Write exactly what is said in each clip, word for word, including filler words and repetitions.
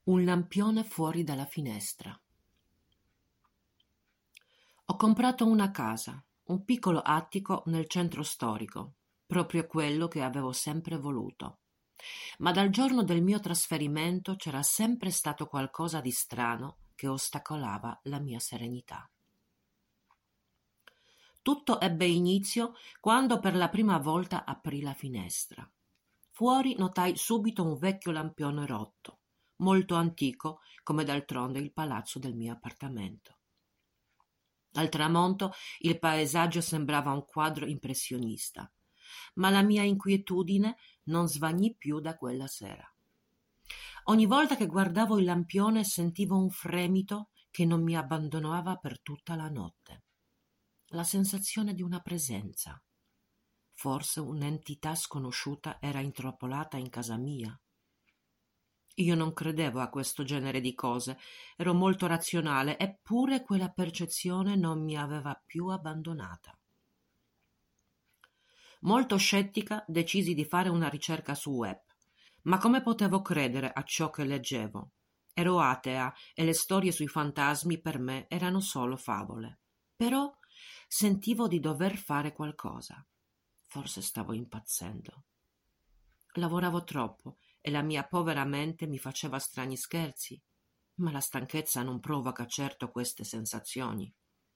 Un lampione fuori dalla finestra. Ho comprato una casa, un piccolo attico nel centro storico, proprio quello che avevo sempre voluto. Ma dal giorno del mio trasferimento c'era sempre stato qualcosa di strano che ostacolava la mia serenità. Tutto ebbe inizio quando per la prima volta aprì la finestra. Fuori notai subito un vecchio lampione rotto, molto antico, come d'altronde il palazzo del mio appartamento. Al tramonto il paesaggio sembrava un quadro impressionista, ma la mia inquietudine non svanì più da quella sera. Ogni volta che guardavo il lampione sentivo un fremito che non mi abbandonava per tutta la notte. La sensazione di una presenza. Forse un'entità sconosciuta era intrappolata in casa mia. Io non credevo a questo genere di cose, ero molto razionale, eppure quella percezione non mi aveva più abbandonata. Molto scettica decisi di fare una ricerca su web, ma come potevo credere a ciò che leggevo? Ero atea e le storie sui fantasmi per me erano solo favole. Però sentivo di dover fare qualcosa. Forse stavo impazzendo. Lavoravo troppo e la mia povera mente mi faceva strani scherzi, ma la stanchezza non provoca certo queste sensazioni.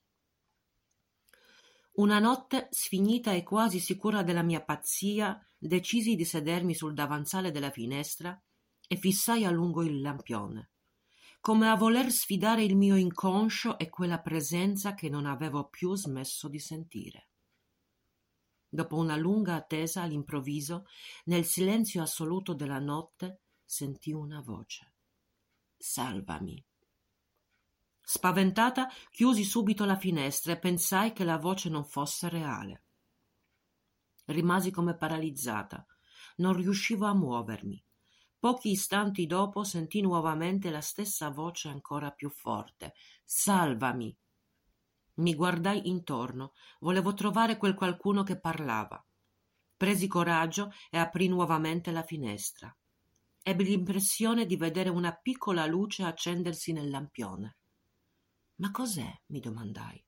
Una notte, sfinita e quasi sicura della mia pazzia, decisi di sedermi sul davanzale della finestra e fissai a lungo il lampione, come a voler sfidare il mio inconscio e quella presenza che non avevo più smesso di sentire. Dopo una lunga attesa, all'improvviso, nel silenzio assoluto della notte, sentii una voce. Salvami. Spaventata, chiusi subito la finestra e pensai che la voce non fosse reale. Rimasi come paralizzata. Non riuscivo a muovermi. Pochi istanti dopo sentii nuovamente la stessa voce ancora più forte. Salvami. Mi guardai intorno, volevo trovare quel qualcuno che parlava. Presi coraggio e aprì nuovamente la finestra. Ebbi l'impressione di vedere una piccola luce accendersi nel lampione. Ma cos'è? Mi domandai.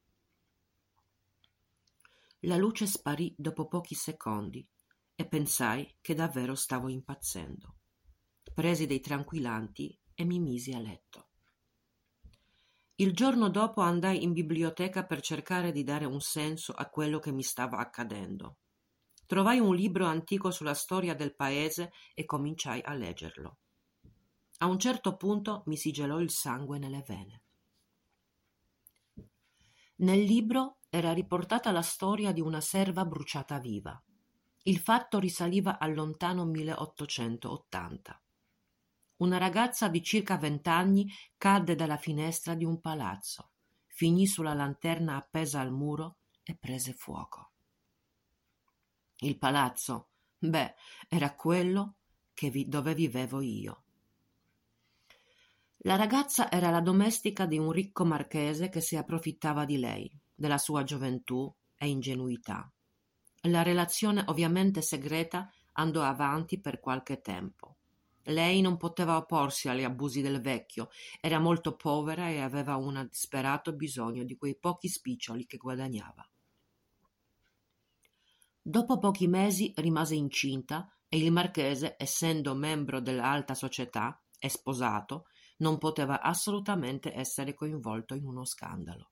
La luce sparì dopo pochi secondi e pensai che davvero stavo impazzendo. Presi dei tranquillanti e mi misi a letto. Il giorno dopo andai in biblioteca per cercare di dare un senso a quello che mi stava accadendo. Trovai un libro antico sulla storia del paese e cominciai a leggerlo. A un certo punto mi si gelò il sangue nelle vene. Nel libro era riportata la storia di una serva bruciata viva. Il fatto risaliva al lontano milleottocentottanta. Una ragazza di circa vent'anni cadde dalla finestra di un palazzo, finì sulla lanterna appesa al muro e prese fuoco. Il palazzo, beh, era quello che vi, dove vivevo io. La ragazza era la domestica di un ricco marchese che si approfittava di lei, della sua gioventù e ingenuità. La relazione, ovviamente segreta, andò avanti per qualche tempo. Lei non poteva opporsi agli abusi del vecchio, era molto povera e aveva un disperato bisogno di quei pochi spiccioli che guadagnava. Dopo pochi mesi rimase incinta e il marchese, essendo membro dell'alta società e sposato, non poteva assolutamente essere coinvolto in uno scandalo.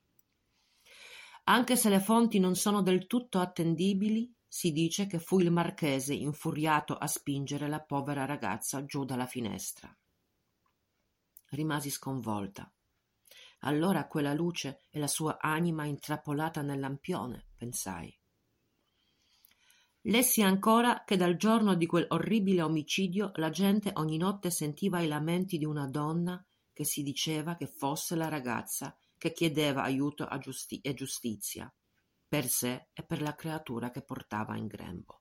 Anche se le fonti non sono del tutto attendibili, si dice che fu il marchese infuriato a spingere la povera ragazza giù dalla finestra. Rimasi sconvolta. Allora quella luce è la sua anima intrappolata nel lampione, pensai. Lessi ancora che dal giorno di quel orribile omicidio la gente ogni notte sentiva i lamenti di una donna che si diceva che fosse la ragazza che chiedeva aiuto a giusti- e giustizia per sé e per la creatura che portava in grembo.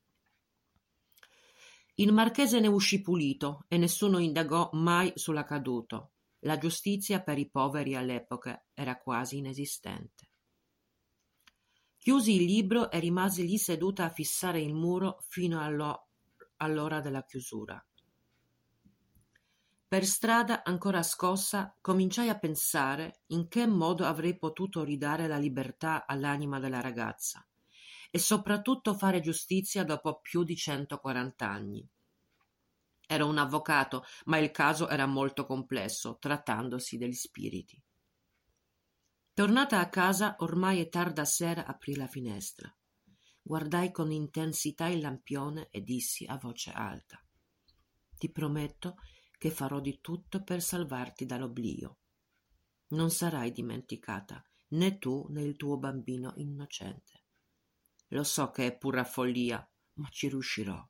Il marchese ne uscì pulito e nessuno indagò mai sull'accaduto. La giustizia per i poveri all'epoca era quasi inesistente. Chiusi il libro e rimasi lì seduta a fissare il muro fino allo- all'ora della chiusura. Per strada, ancora scossa, cominciai a pensare in che modo avrei potuto ridare la libertà all'anima della ragazza e soprattutto fare giustizia dopo più di centoquaranta anni. Ero un avvocato, ma il caso era molto complesso, trattandosi degli spiriti. Tornata a casa, ormai è tarda sera, aprii la finestra. Guardai con intensità il lampione e dissi a voce alta: «Ti prometto che farò di tutto per salvarti dall'oblio. Non sarai dimenticata, né tu né il tuo bambino innocente. Lo so che è pura follia, ma ci riuscirò».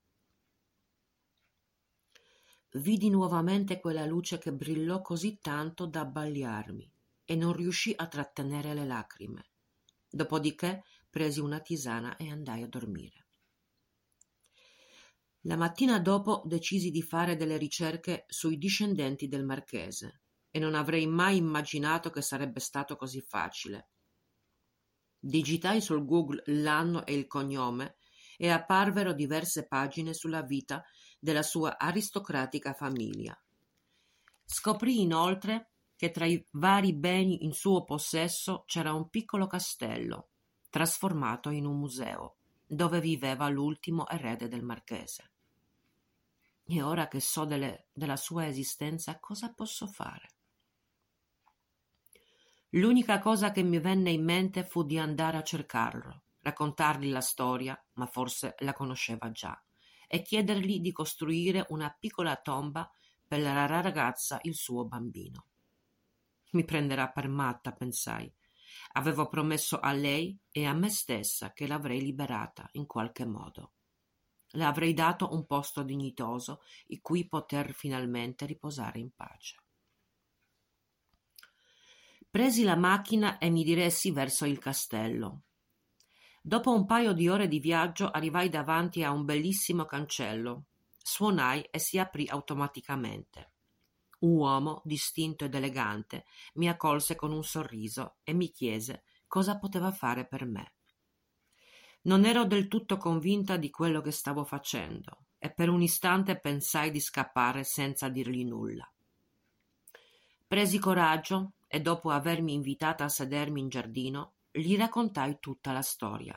Vidi nuovamente quella luce che brillò così tanto da abbagliarmi e non riuscii a trattenere le lacrime. Dopodiché presi una tisana e andai a dormire. La mattina dopo decisi di fare delle ricerche sui discendenti del marchese e non avrei mai immaginato che sarebbe stato così facile. Digitai sul Google l'anno e il cognome e apparvero diverse pagine sulla vita della sua aristocratica famiglia. Scoprì inoltre che tra i vari beni in suo possesso c'era un piccolo castello, trasformato in un museo, dove viveva l'ultimo erede del marchese. E ora che so delle, della sua esistenza, cosa posso fare? L'unica cosa che mi venne in mente fu di andare a cercarlo, raccontargli la storia, ma forse la conosceva già, e chiedergli di costruire una piccola tomba per la ragazza, il suo bambino. Mi prenderà per matta, pensai. Avevo promesso a lei e a me stessa che l'avrei liberata in qualche modo. Le avrei dato un posto dignitoso in cui poter finalmente riposare in pace. Presi la macchina e mi diressi verso il castello. Dopo un paio di ore di viaggio arrivai davanti a un bellissimo cancello. Suonai e si aprì automaticamente. Un uomo distinto ed elegante mi accolse con un sorriso e mi chiese cosa poteva fare per me. Non ero del tutto convinta di quello che stavo facendo e per un istante pensai di scappare senza dirgli nulla. Presi coraggio e dopo avermi invitata a sedermi in giardino, gli raccontai tutta la storia.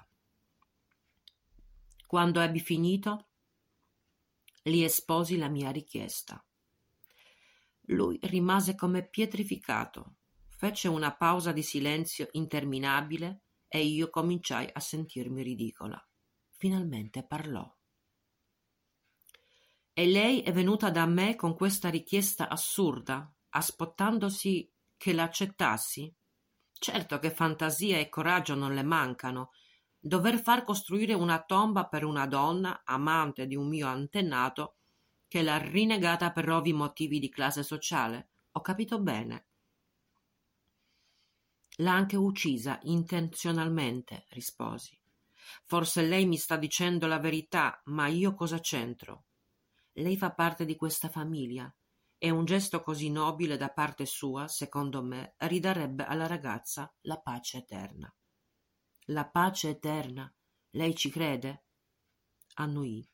Quando ebbi finito, gli esposi la mia richiesta. Lui rimase come pietrificato, fece una pausa di silenzio interminabile e io cominciai a sentirmi ridicola. Finalmente parlò. E lei è venuta da me con questa richiesta assurda, aspettandosi che l'accettassi? Certo che fantasia e coraggio non le mancano. Dover far costruire una tomba per una donna, amante di un mio antenato, che l'ha rinnegata per ovvi motivi di classe sociale. Ho capito bene. L'ha anche uccisa intenzionalmente, risposi. Forse lei mi sta dicendo la verità, ma io cosa c'entro? Lei fa parte di questa famiglia e un gesto così nobile da parte sua, secondo me, ridarebbe alla ragazza la pace eterna. La pace eterna? Lei ci crede? Annuì.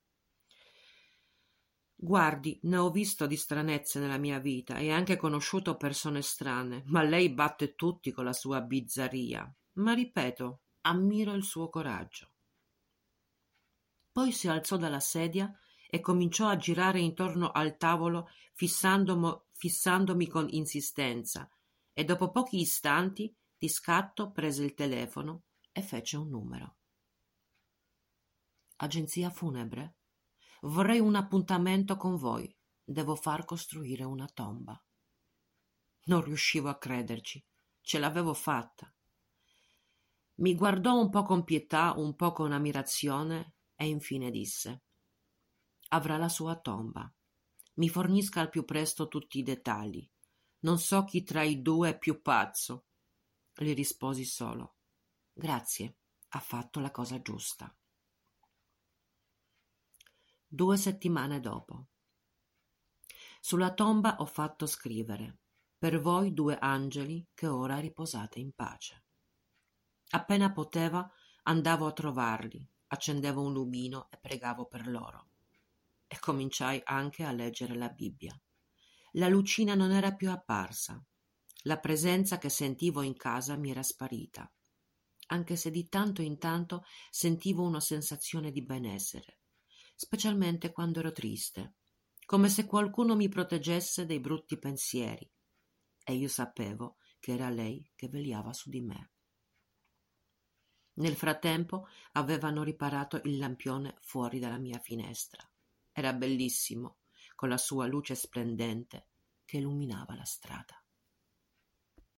Guardi, ne ho visto di stranezze nella mia vita e anche conosciuto persone strane, ma lei batte tutti con la sua bizzarria. Ma ripeto, ammiro il suo coraggio. Poi si alzò dalla sedia e cominciò a girare intorno al tavolo fissandomo, fissandomi con insistenza e dopo pochi istanti di scatto prese il telefono e fece un numero. Agenzia funebre? Vorrei un appuntamento con voi. Devo far costruire una tomba. Non riuscivo a crederci. Ce l'avevo fatta. Mi guardò un po' con pietà, un po' con ammirazione e infine disse: avrà la sua tomba. Mi fornisca al più presto tutti i dettagli. Non so chi tra i due è più pazzo. Gli risposi solo: grazie, ha fatto la cosa giusta. Due settimane dopo. Sulla tomba ho fatto scrivere: per voi due angeli che ora riposate in pace. Appena poteva andavo a trovarli, accendevo un lumino e pregavo per loro. E cominciai anche a leggere la Bibbia. La lucina non era più apparsa. La presenza che sentivo in casa mi era sparita, anche se di tanto in tanto sentivo una sensazione di benessere, specialmente quando ero triste, come se qualcuno mi proteggesse dai brutti pensieri, e io sapevo che era lei che vegliava su di me. Nel frattempo avevano riparato il lampione fuori dalla mia finestra. Era bellissimo, con la sua luce splendente che illuminava la strada.